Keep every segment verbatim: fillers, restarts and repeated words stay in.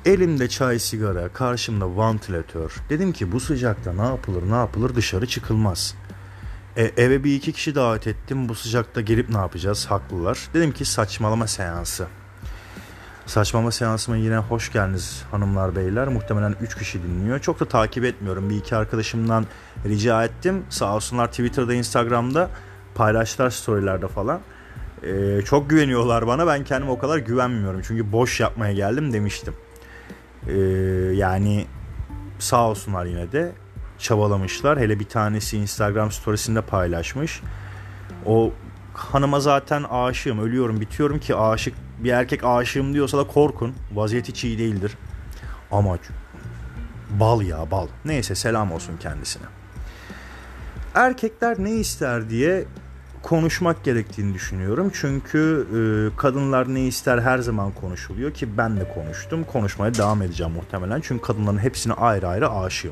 Elimde çay sigara, karşımda vantilatör. Dedim ki bu sıcakta ne yapılır ne yapılır, dışarı çıkılmaz. E, eve bir iki kişi davet ettim. Bu sıcakta gelip ne yapacağız? Haklılar. Dedim ki saçmalama seansı. Saçmalama seansıma yine hoş geldiniz hanımlar beyler. Muhtemelen üç kişi dinliyor. Çok da takip etmiyorum. Bir iki arkadaşımdan rica ettim. Sağ olsunlar Twitter'da, Instagram'da paylaştılar, storylerde falan. Ee, çok güveniyorlar bana. Ben kendime o kadar güvenmiyorum. Çünkü boş yapmaya geldim demiştim. Ee, yani sağ olsunlar yine de çabalamışlar. Hele bir tanesi Instagram storiesinde paylaşmış. O hanıma zaten aşığım, ölüyorum, bitiyorum ki aşık bir erkek aşığım diyorsa da korkun. Vaziyet hiç iyi değildir. Ama bal ya bal. Neyse, selam olsun kendisine. Erkekler ne ister diye konuşmak gerektiğini düşünüyorum. Çünkü e, kadınlar ne ister her zaman konuşuluyor ki ben de konuştum. Konuşmaya devam edeceğim muhtemelen. Çünkü kadınların hepsine ayrı ayrı aşığım.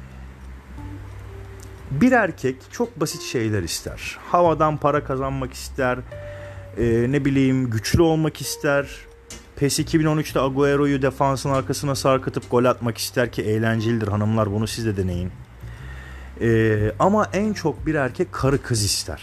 Bir erkek çok basit şeyler ister. Havadan para kazanmak ister. E, ne bileyim güçlü olmak ister. PES iki bin on üçte Agüero'yu defansın arkasına sarkıtıp gol atmak ister ki eğlencelidir hanımlar, bunu siz de deneyin. E, ama en çok bir erkek karı kız ister.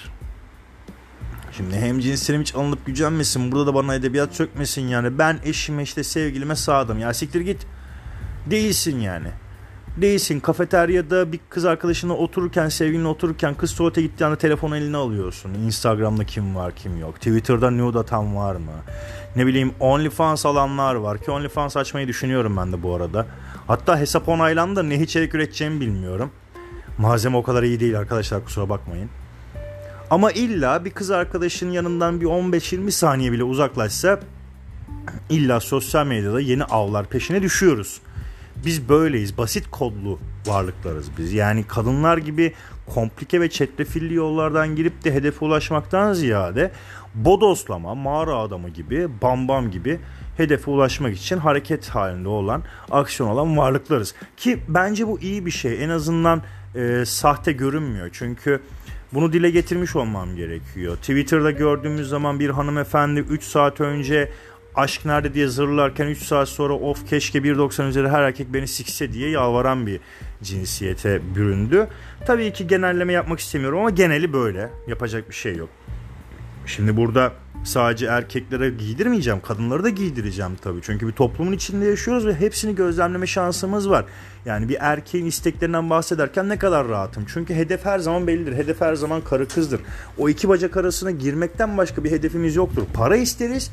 Şimdi hem cinslerim hiç alınıp gücenmesin. Burada da bana edebiyat sökmesin yani. Ben eşime işte sevgilime sadım. Ya siktir git. Değilsin yani. Değilsin. Kafeteryada bir kız arkadaşınla otururken, sevgilinle otururken kız tuvalete gittiği anda telefonu eline alıyorsun. Instagram'da kim var kim yok. Twitter'da nude atan var mı? Ne bileyim OnlyFans alanlar var ki OnlyFans açmayı düşünüyorum ben de bu arada. Hatta hesap onaylandı da ne içerik üreteceğimi bilmiyorum. Malzeme o kadar iyi değil arkadaşlar, kusura bakmayın. Ama illa bir kız arkadaşının yanından bir on beş yirmi saniye bile uzaklaşsa illa sosyal medyada yeni avlar peşine düşüyoruz. Biz böyleyiz. Basit kodlu varlıklarız biz. Yani kadınlar gibi komplike ve çetrefilli yollardan girip de hedefe ulaşmaktan ziyade bodoslama, mağara adamı gibi, bambam gibi hedefe ulaşmak için hareket halinde olan, aksiyon olan varlıklarız. Ki bence bu iyi bir şey. En azından e, sahte görünmüyor. Çünkü bunu dile getirmiş olmam gerekiyor. Twitter'da gördüğümüz zaman bir hanımefendi üç saat önce aşk nerede diye zırlarken üç saat sonra of keşke bir doksan üzeri her erkek beni sikse diye yalvaran bir cinsiyete büründü. Tabii ki genelleme yapmak istemiyorum ama geneli böyle. Yapacak bir şey yok. Şimdi burada sadece erkeklere giydirmeyeceğim, kadınları da giydireceğim tabii. Çünkü bir toplumun içinde yaşıyoruz ve hepsini gözlemleme şansımız var. Yani bir erkeğin isteklerinden bahsederken ne kadar rahatım. Çünkü hedef her zaman bellidir. Hedef her zaman karı kızdır. O iki bacak arasına girmekten başka bir hedefimiz yoktur. Para isteriz,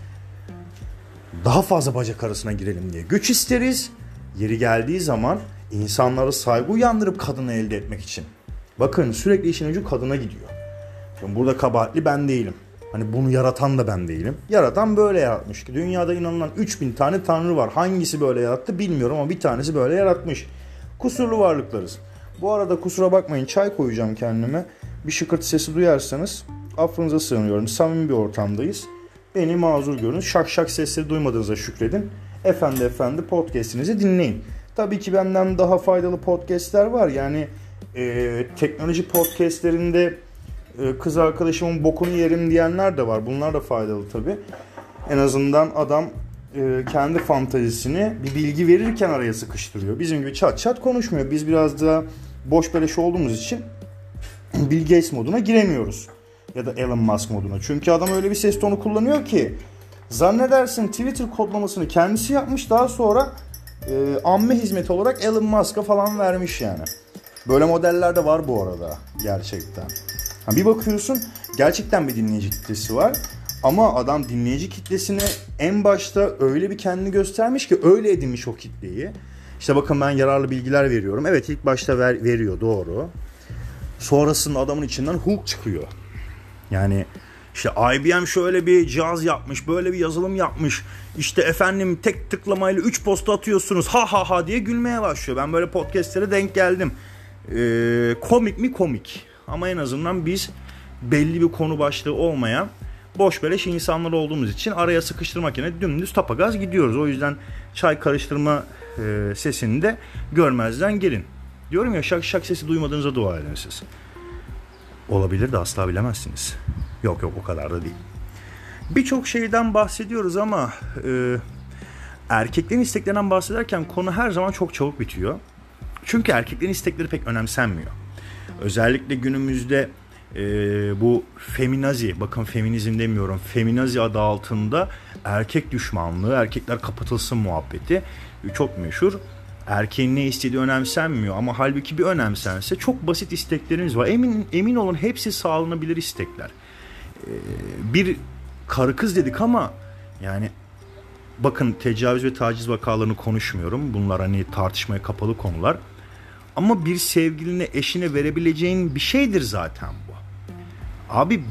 daha fazla bacak arasına girelim diye. Güç isteriz, yeri geldiği zaman insanlara saygı uyandırıp kadını elde etmek için. Bakın sürekli işin ucu kadına gidiyor. Şimdi burada kabahatli ben değilim. Hani bunu yaratan da ben değilim. Yaratan böyle yaratmış ki dünyada inanılan üç bin tane tanrı var. Hangisi böyle yarattı bilmiyorum ama bir tanesi böyle yaratmış. Kusurlu varlıklarız. Bu arada kusura bakmayın, çay koyacağım kendime. Bir şıkırtı sesi duyarsanız affınıza sığınıyorum. Samimi bir ortamdayız. Beni mazur görün. Şak şak sesleri duymadığınıza şükredin. Efendi efendi podcast'inizi dinleyin. Tabii ki benden daha faydalı podcast'ler var. Yani e, teknoloji podcast'lerinde kız arkadaşımın bokunu yerim diyenler de var. Bunlar da faydalı tabii. En azından adam e, kendi fantezisini bir bilgi verirken araya sıkıştırıyor. Bizim gibi çat çat konuşmuyor. Biz biraz daha boş beleş olduğumuz için Bill Gates moduna giremiyoruz. Ya da Elon Musk moduna. Çünkü adam öyle bir ses tonu kullanıyor ki zannedersin Twitter kodlamasını kendisi yapmış, daha sonra e, amme hizmeti olarak Elon Musk'a falan vermiş yani. Böyle modeller de var bu arada gerçekten. Bir bakıyorsun gerçekten bir dinleyici kitlesi var ama adam dinleyici kitlesine en başta öyle bir kendini göstermiş ki öyle edinmiş o kitleyi. İşte bakın ben yararlı bilgiler veriyorum. Evet, ilk başta ver, veriyor doğru. Sonrasında adamın içinden Hulk çıkıyor. Yani işte I B M şöyle bir cihaz yapmış, böyle bir yazılım yapmış. İşte efendim tek tıklamayla üç posta atıyorsunuz ha ha ha diye gülmeye başlıyor. Ben böyle podcastlere denk geldim. Ee, komik mi komik. Ama en azından biz belli bir konu başlığı olmayan boş beleş insanlar olduğumuz için araya sıkıştırmak yerine dümdüz tapagaz gidiyoruz. O yüzden çay karıştırma e, sesini de görmezden gelin. Diyorum ya, şak şak sesi duymadığınıza dua edin siz. Olabilir de asla bilemezsiniz. Yok yok, o kadar da değil. Birçok şeyden bahsediyoruz ama e, erkeklerin isteklerinden bahsederken konu her zaman çok çabuk bitiyor. Çünkü erkeklerin istekleri pek önemsenmiyor. Özellikle günümüzde e, bu feminazi, bakın feminizm demiyorum, feminazi adı altında erkek düşmanlığı, erkekler kapatılsın muhabbeti çok meşhur. Erkeğin ne istediği önemsenmiyor ama halbuki bir önemsense çok basit isteklerimiz var. Emin emin olun hepsi sağlanabilir istekler. Ee, bir karı kız dedik ama yani bakın tecavüz ve taciz vakalarını konuşmuyorum. Bunlar hani tartışmaya kapalı konular. Ama bir sevgiline, eşine verebileceğin bir şeydir zaten bu. Abi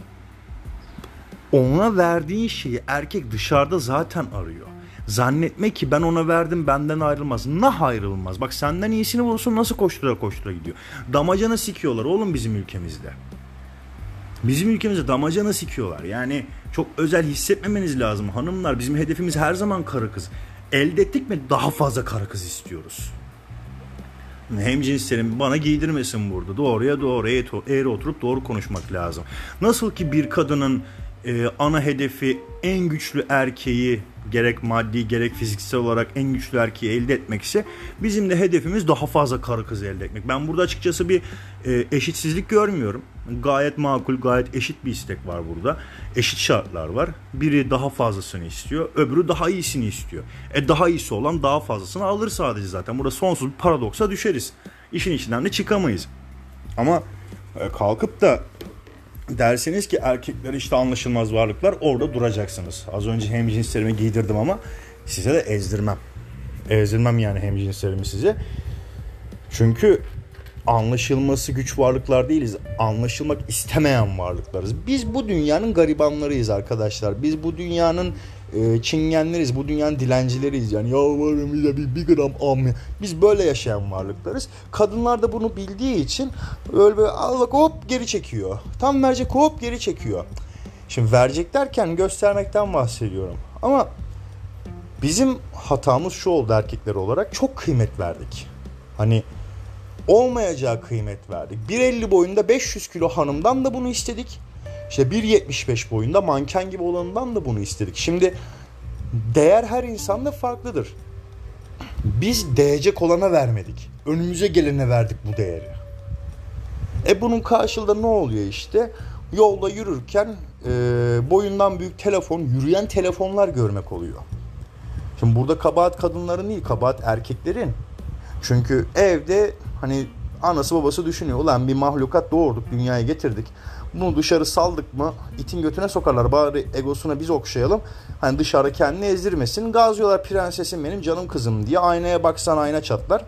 ona verdiğin şeyi erkek dışarıda zaten arıyor. Zannetme ki ben ona verdim benden ayrılmaz. Nah ayrılmaz. Bak senden iyisini bulsun nasıl koştura koştura gidiyor. Damacana sikiyorlar oğlum bizim ülkemizde. Bizim ülkemizde damacana sikiyorlar. Yani çok özel hissetmemeniz lazım hanımlar. Bizim hedefimiz her zaman karı kız. Elde ettik mi daha fazla karı kız istiyoruz. Hemcinslerim bana giydirmesin burada. Doğruya doğru eğri oturup doğru konuşmak lazım. Nasıl ki bir kadının e, ana hedefi en güçlü erkeği gerek maddi gerek fiziksel olarak en güçlü erkeği elde etmekse bizim de hedefimiz daha fazla karı kız elde etmek. Ben burada açıkçası bir e, eşitsizlik görmüyorum. Gayet makul, gayet eşit bir istek var burada. Eşit şartlar var. Biri daha fazlasını istiyor, öbürü daha iyisini istiyor. E daha iyisi olan daha fazlasını alır sadece zaten. Burada sonsuz bir paradoksa düşeriz. İşin içinden de çıkamayız. Ama e, kalkıp da derseniz ki erkekler işte anlaşılmaz varlıklar, orada duracaksınız. Az önce hemcinslerimi giydirdim ama size de ezdirmem. Ezdirmem yani hemcinslerimi size. Çünkü anlaşılması güç varlıklar değiliz. Anlaşılmak istemeyen varlıklarız. Biz bu dünyanın garibanlarıyız arkadaşlar. Biz bu dünyanın e, çingenleriyiz. Bu dünyanın dilencileriyiz. Yani ya var bize bir, bir gram am. Biz böyle yaşayan varlıklarız. Kadınlar da bunu bildiği için öyle böyle al bak hop geri çekiyor. Tam verecek hop geri çekiyor. Şimdi verecek derken göstermekten bahsediyorum. Ama bizim hatamız şu oldu erkekler olarak. Çok kıymet verdik. Hani olmayacağı kıymet verdik. bir elli boyunda beş yüz kilo hanımdan da bunu istedik. İşte bir yetmiş beş boyunda manken gibi olanından da bunu istedik. Şimdi değer her insanda farklıdır. Biz değecek olana vermedik. Önümüze gelene verdik bu değeri. E bunun karşılığında ne oluyor işte? Yolda yürürken e, boyundan büyük telefon, yürüyen telefonlar görmek oluyor. Şimdi burada kabahat kadınların değil, kabahat erkeklerin. Çünkü evde hani anası babası düşünüyor. Ulan bir mahlukat doğurduk, dünyaya getirdik. Bunu dışarı saldık mı itin götüne sokarlar. Bari egosuna biz okşayalım. Hani dışarı kendini ezdirmesin. Gazlıyorlar prensesim benim canım kızım diye. Aynaya baksan ayna çatlar.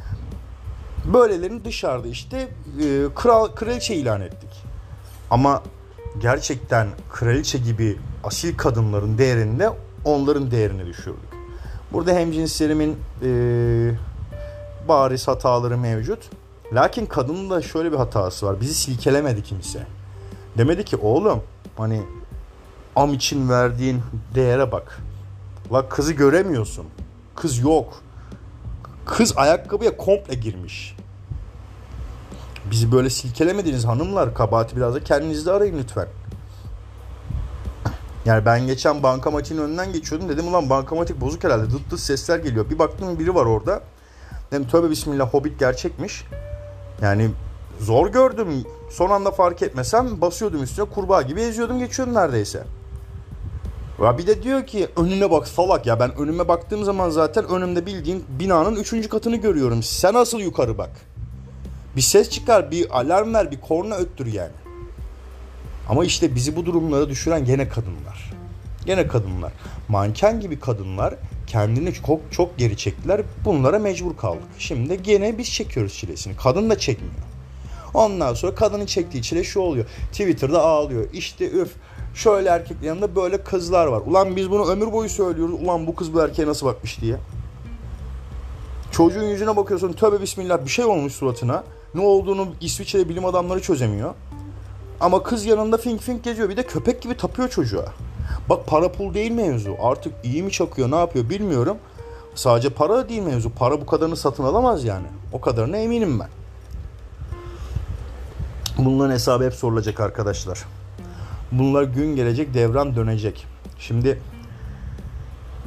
Böylelerini dışarıda işte e, kral kraliçe ilan ettik. Ama gerçekten kraliçe gibi asil kadınların değerinde onların değerini düşürdük. Burada hemcinslerimin e, bariz hataları mevcut. Lakin kadının da şöyle bir hatası var. Bizi silkelemedi kimse. Demedi ki oğlum hani am için verdiğin değere bak. La kızı göremiyorsun. Kız yok. Kız ayakkabıya komple girmiş. Bizi böyle silkelemediniz hanımlar. Kabahati biraz da kendinizde arayın lütfen. Yani ben geçen bankamatiğin önünden geçiyordum. Dedim ulan bankamatik bozuk herhalde. Dıt dıt sesler geliyor. Bir baktım biri var orada. Dedim tövbe bismillah Hobbit gerçekmiş. Yani zor gördüm. Son anda fark etmesem basıyordum üstüne kurbağa gibi eziyordum geçiyordum neredeyse. Ya bir de diyor ki önüne bak salak ya, ben önüme baktığım zaman zaten önümde bildiğin binanın üçüncü katını görüyorum. Sen asıl yukarı bak. Bir ses çıkar, bir alarm ver, bir korna öttür yani. Ama işte bizi bu durumlara düşüren gene kadınlar. Gene kadınlar. Manken gibi kadınlar kendini çok çok geri çektiler. Bunlara mecbur kaldık. Şimdi gene biz çekiyoruz çilesini. Kadın da çekmiyor. Ondan sonra kadının çektiği çile şu oluyor. Twitter'da ağlıyor. İşte üf. Şöyle erkeklerin yanında böyle kızlar var. Ulan biz bunu ömür boyu söylüyoruz. Ulan bu kız bu erkeğe nasıl bakmış diye. Çocuğun yüzüne bakıyorsun. Tövbe bismillah bir şey olmuş suratına. Ne olduğunu İsviçre'de bilim adamları çözemiyor. Ama kız yanında fink fink geziyor. Bir de köpek gibi tapıyor çocuğa. Bak para pul değil mevzu. Artık iyi mi çakıyor ne yapıyor bilmiyorum. Sadece para değil mevzu. Para bu kadarını satın alamaz yani. O kadarına eminim ben. Bunların hesabı hep sorulacak arkadaşlar. Bunlar gün gelecek, devran dönecek. Şimdi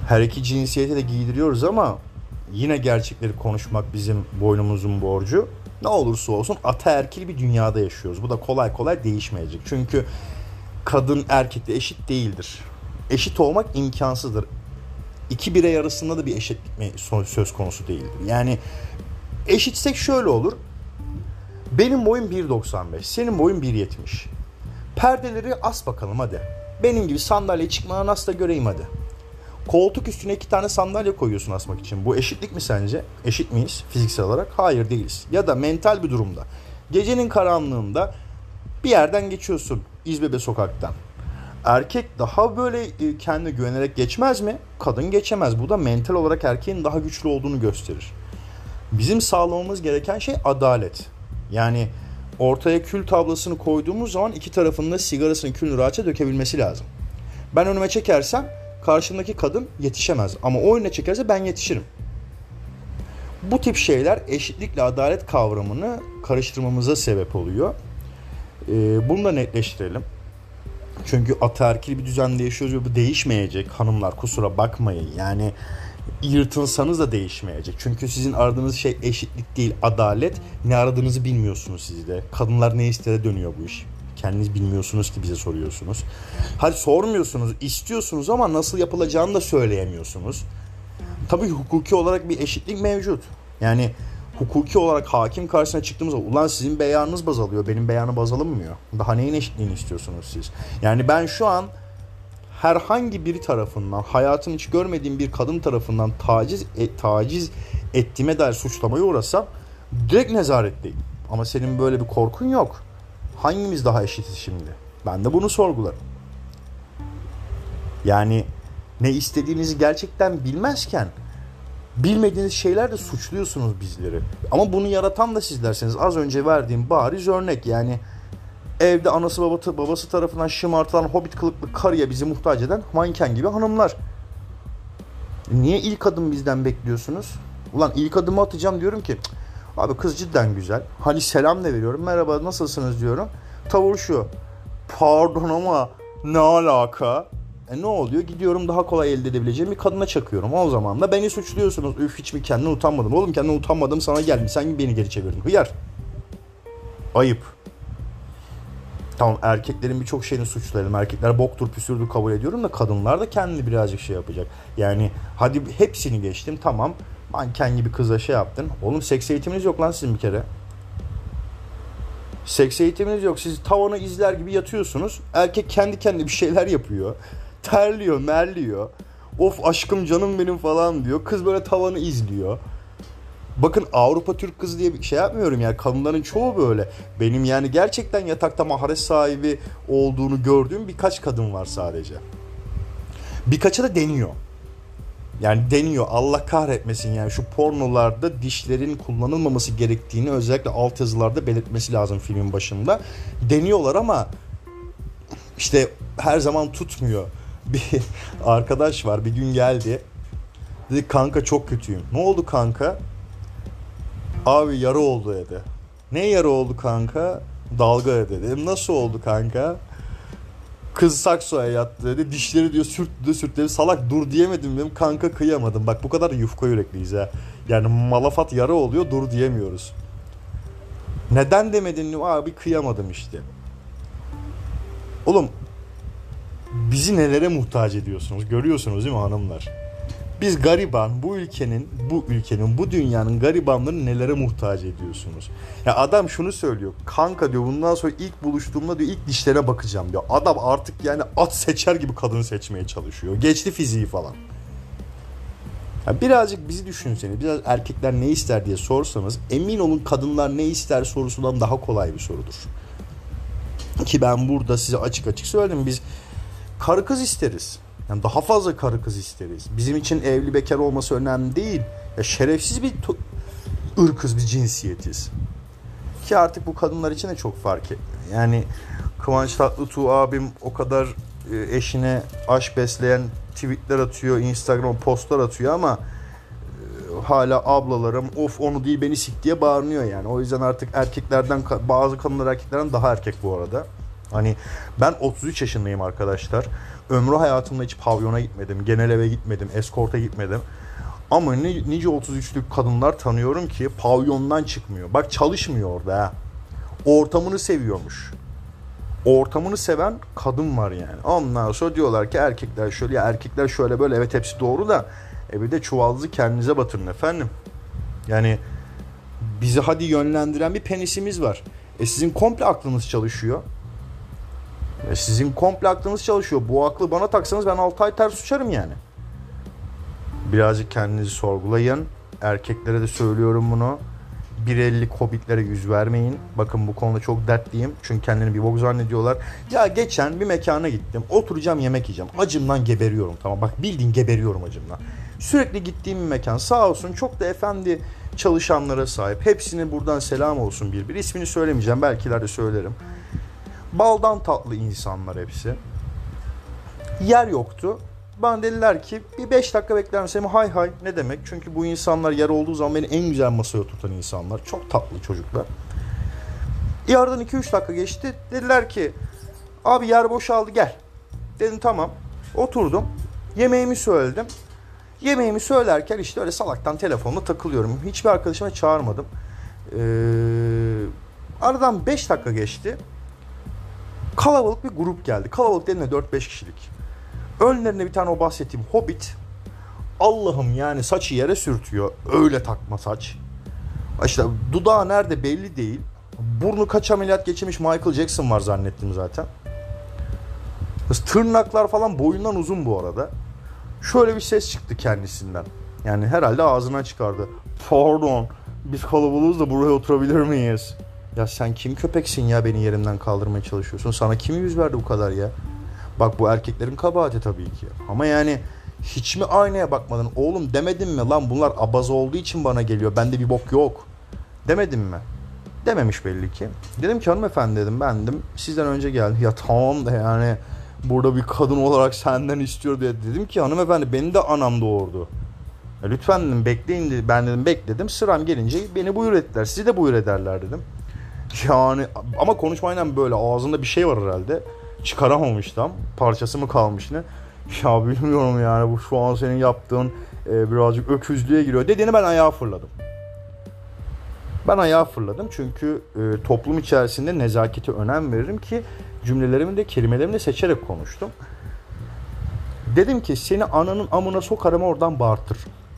Her iki cinsiyete de giydiriyoruz ama yine gerçekleri konuşmak bizim boynumuzun borcu. Ne olursa olsun ataerkil bir dünyada yaşıyoruz. Bu da kolay kolay değişmeyecek. Çünkü kadın erkekle eşit değildir. Eşit olmak imkansızdır. İki birey arasında da bir eşitlik söz konusu değildir. Yani eşitsek şöyle olur. Benim boyum bir doksan beş, senin boyun bir yetmiş. Perdeleri as bakalım hadi. Benim gibi sandalye çıkmadan as da göreyim hadi. Koltuk üstüne iki tane sandalye koyuyorsun asmak için. Bu eşitlik mi sence? Eşit miyiz fiziksel olarak? Hayır, değiliz. Ya da mental bir durumda. Gecenin karanlığında bir yerden geçiyorsun İzbebe sokaktan. Erkek daha böyle kendine güvenerek geçmez mi? Kadın geçemez. Bu da mental olarak erkeğin daha güçlü olduğunu gösterir. Bizim sağlamamız gereken şey adalet. Yani ortaya kül tablasını koyduğumuz zaman iki tarafında sigarasını, külünü rahatça dökebilmesi lazım. Ben önüme çekersem karşımdaki kadın yetişemez. Ama o önüne çekerse ben yetişirim. Bu tip şeyler eşitlikle adalet kavramını karıştırmamıza sebep oluyor. Ee, bunu da netleştirelim. Çünkü ataerkil bir düzende yaşıyoruz ve bu değişmeyecek hanımlar, kusura bakmayın. Yani yırtınsanız da değişmeyecek. Çünkü sizin aradığınız şey eşitlik değil, adalet. Ne aradığınızı bilmiyorsunuz siz de. Kadınlar ne istediğine dönüyor bu iş. Kendiniz bilmiyorsunuz ki bize soruyorsunuz. Hadi sormuyorsunuz, istiyorsunuz ama nasıl yapılacağını da söyleyemiyorsunuz. Tabii hukuki olarak bir eşitlik mevcut. Yani hukuki olarak hakim karşısına çıktığımızda ulan sizin beyanınız baz alıyor, benim beyanı baz alınmıyor. Daha neyin eşitliğini istiyorsunuz siz? Yani ben şu an herhangi biri tarafından, hayatım hiç görmediğim bir kadın tarafından taciz e, taciz ettiğime dair suçlamaya uğrasam direkt nezaretteyim. Ama senin böyle bir korkun yok. Hangimiz daha eşitiz şimdi? Ben de bunu sorgularım. Yani ne istediğinizi gerçekten bilmezken bilmediğiniz şeyler de suçluyorsunuz bizleri. Ama bunu yaratan da sizlersiniz. Az önce verdiğim bariz örnek. Yani evde anası babası, babası tarafından şımartılan hobbit kılıklı karıya bizi muhtaç eden manken gibi hanımlar. Niye ilk adım bizden bekliyorsunuz? Ulan ilk adımı atacağım, diyorum ki abi kız cidden güzel. Hani selam da veriyorum. Merhaba nasılsınız diyorum. Tavır şu. Pardon ama ne alaka? E ne oluyor? Gidiyorum daha kolay elde edebileceğim bir kadına çakıyorum. O zaman da beni suçluyorsunuz. Üf, hiç mi kendine utanmadım? Oğlum kendine utanmadım, sana geldim. Sen beni geri çevirdin. Hıyar. Ayıp. Tamam, erkeklerin birçok şeyini suçlayalım. Erkekler boktur püsürdür kabul ediyorum da kadınlar da kendini birazcık şey yapacak. Yani hadi hepsini geçtim, tamam. Manken gibi kıza şey yaptın. Oğlum seks eğitiminiz yok lan sizin bir kere. Seks eğitiminiz yok. Siz tavanı izler gibi yatıyorsunuz. Erkek kendi kendine bir şeyler yapıyor. Terliyor, merliyor. Of aşkım canım benim falan diyor. Kız böyle tavanı izliyor. Bakın Avrupa Türk kızı diye bir şey yapmıyorum yani. Kadınların çoğu böyle. Benim yani gerçekten yatakta maharet sahibi olduğunu gördüğüm birkaç kadın var sadece. Birkaçı da deniyor. Yani deniyor. Allah kahretmesin yani. Şu pornolarda dişlerin kullanılmaması gerektiğini özellikle altyazılarda belirtmesi lazım filmin başında. Deniyorlar ama işte her zaman tutmuyor. Bir arkadaş var, bir gün geldi. Dedi kanka çok kötüyüm. Ne oldu kanka? Abi yara oldu dedi. Ne yara oldu kanka? Dalga dedi. Dedim nasıl oldu kanka? Kız saksoya yattı dedi. Dişleri diyor sürttü sürttü. Salak dur diyemedim dedim. Kanka kıyamadım. Bak bu kadar yufka yürekliyiz ha. Yani malafat yara oluyor, dur diyemiyoruz. Neden demedin? Abi kıyamadım işte. Oğlum bizi nelere muhtaç ediyorsunuz? Görüyorsunuz değil mi hanımlar? Biz gariban, bu ülkenin, bu ülkenin, bu dünyanın garibanlarını nelere muhtaç ediyorsunuz? Ya adam şunu söylüyor. Kanka diyor bundan sonra ilk buluştuğumda diyor ilk dişlere bakacağım diyor. Adam artık yani at seçer gibi kadın seçmeye çalışıyor. Geçti fiziği falan. Ya birazcık bizi düşünseniz, biraz erkekler ne ister diye sorsanız emin olun kadınlar ne ister sorusundan daha kolay bir sorudur. Ki ben burada size açık açık söyledim. Biz karı kız isteriz. Yani daha fazla karı kız isteriz. Bizim için evli bekar olması önemli değil. Ya şerefsiz bir to- ırkız, bir cinsiyetiz. Ki artık bu kadınlar için de çok fark etmiyor. Yani Kıvanç Tatlıtuğ abim o kadar eşine aşk besleyen tweetler atıyor, Instagram postlar atıyor ama hala ablalarım of onu değil beni sik diye bağırıyor yani. O yüzden artık erkeklerden, bazı kadınlar erkeklerden daha erkek bu arada. Hani ben otuz üç yaşındayım arkadaşlar. Ömrü hayatımda hiç pavyona gitmedim. Genel eve gitmedim. Eskorta gitmedim. Ama nice otuz üçlük kadınlar tanıyorum ki pavyondan çıkmıyor. Bak çalışmıyor orada ha. Ortamını seviyormuş. Ortamını seven kadın var yani. Ondan sonra diyorlar ki erkekler şöyle, ya erkekler şöyle böyle, evet hepsi doğru da e bir de çuvalınızı kendinize batırın efendim. Yani bizi hadi yönlendiren bir penisimiz var. E sizin komple aklınız çalışıyor. E sizin komple aklınız çalışıyor. Bu aklı bana taksanız ben altı ay ters uçarım yani. Birazcık kendinizi sorgulayın. Erkeklere de söylüyorum bunu. bir elli hobitlere yüz vermeyin. Bakın bu konuda çok dertliyim. Çünkü kendini bir bok zannediyorlar. Ya geçen bir mekana gittim. Oturacağım, yemek yiyeceğim. Acımdan geberiyorum, tamam. Bak bildiğin geberiyorum acımdan. Sürekli gittiğim bir mekan. Sağ olsun çok da efendi çalışanlara sahip. Hepsine buradan selam olsun bir bir. İsmini söylemeyeceğim. Belki ileride söylerim. Baldan tatlı insanlar hepsi. Yer yoktu. Bana dediler ki bir beş dakika bekler misin? Hay hay, ne demek? Çünkü bu insanlar yer olduğu zaman beni en güzel masaya oturtan insanlar. Çok tatlı çocuklar. Yardan iki üç dakika geçti. Dediler ki abi yer boşaldı, gel. Dedim tamam. Oturdum. Yemeğimi söyledim. Yemeğimi söylerken işte öyle salaktan telefonla takılıyorum. Hiçbir arkadaşıma çağırmadım. Ee, aradan beş dakika geçti. Kalabalık bir grup geldi. Kalabalık dediğimde dört beş kişilik. Önlerine bir tane o bahsettiğim hobbit. Allah'ım yani saçı yere sürtüyor. Öyle takma saç. İşte dudağı nerede belli değil. Burnu kaç ameliyat geçirmiş Michael Jackson var zannettim zaten. Tırnaklar falan boyundan uzun bu arada. Şöyle bir ses çıktı kendisinden. Yani herhalde ağzından çıkardı. Pardon, biz kalabalığız da buraya oturabilir miyiz? Ya sen kim köpeksin ya, beni yerimden kaldırmaya çalışıyorsun? Sana kim yüz verdi bu kadar ya? Bak bu erkeklerin kabahati tabii ki. Ama yani hiç mi aynaya bakmadın? Oğlum demedim mi lan bunlar abaza olduğu için bana geliyor. Bende bir bok yok. Demedim mi? Dememiş belli ki. Dedim ki hanımefendi dedim, ben dedim sizden önce geldim. Ya tamam da yani burada bir kadın olarak senden istiyor diye. Dedim ki hanımefendi beni de anam doğurdu. Ya lütfen dedim bekleyin dedi. Ben dedim bekledim. Sıram gelince beni buyur ettiler. Sizi de buyur ederler dedim. Yani ama konuşmayla böyle ağzında bir şey var herhalde. Çıkaramamış tam. Parçası mı kalmış ne? Ya bilmiyorum yani bu şu an senin yaptığın e, birazcık öküzlüğe giriyor dediğini ben ayağa fırladım. Ben ayağa fırladım çünkü e, toplum içerisinde nezakete önem veririm ki cümlelerimi de kelimelerimi de seçerek konuştum. Dedim ki seni ananın amına sokarım oradan bağırtır.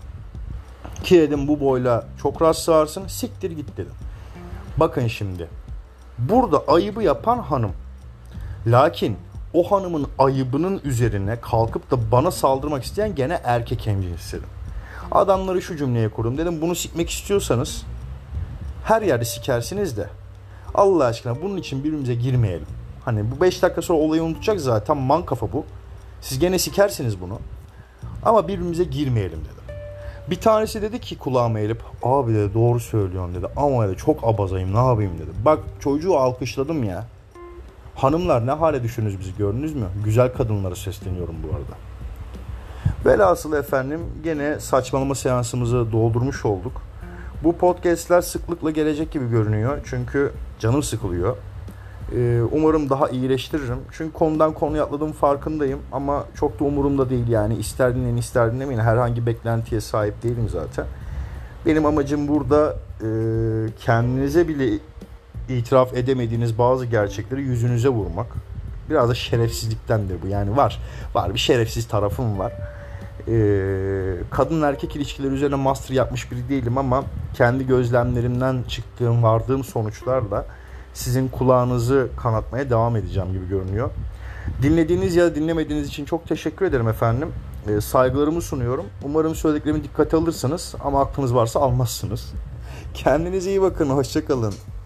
Ki dedim bu boyla çok rahat sığarsın, siktir git dedim. Bakın şimdi burada ayıbı yapan hanım. Lakin o hanımın ayıbının üzerine kalkıp da bana saldırmak isteyen gene erkek hemcinslerim. Adamları şu cümleye kurdum. Dedim bunu sikmek istiyorsanız her yerde sikersiniz de Allah aşkına bunun için birbirimize girmeyelim. Hani bu beş dakika sonra olayı unutacak zaten, man kafa bu. Siz gene sikersiniz bunu. Ama birbirimize girmeyelim dedim. Bir tanesi dedi ki kulağıma eğilip abi dedi doğru söylüyorsun dedi. Ama dedi çok abazayım, ne yapayım dedi. Bak çocuğu alkışladım ya. Hanımlar ne hale düştünüz bizi gördünüz mü? Güzel kadınlara sesleniyorum bu arada. Velhasıl efendim gene saçmalama seansımızı doldurmuş olduk. Bu podcastler sıklıkla gelecek gibi görünüyor. Çünkü canım sıkılıyor. Ee, umarım daha iyileştiririm. Çünkü konudan konuya atladığım farkındayım. Ama çok da umurumda değil yani. İster dinleyin ister dinlemeyin. Herhangi beklentiye sahip değilim zaten. Benim amacım burada e, kendinize bile itiraf edemediğiniz bazı gerçekleri yüzünüze vurmak. Biraz da şerefsizliktendir bu. Yani var. Var bir şerefsiz tarafım var. Ee, kadın erkek ilişkileri üzerine master yapmış biri değilim ama kendi gözlemlerimden çıktığım, vardığım sonuçlarla sizin kulağınızı kanatmaya devam edeceğim gibi görünüyor. Dinlediğiniz ya da dinlemediğiniz için çok teşekkür ederim efendim. Ee, saygılarımı sunuyorum. Umarım söylediklerimi dikkate alırsınız ama aklınız varsa almazsınız. Kendinize iyi bakın. Hoşça kalın.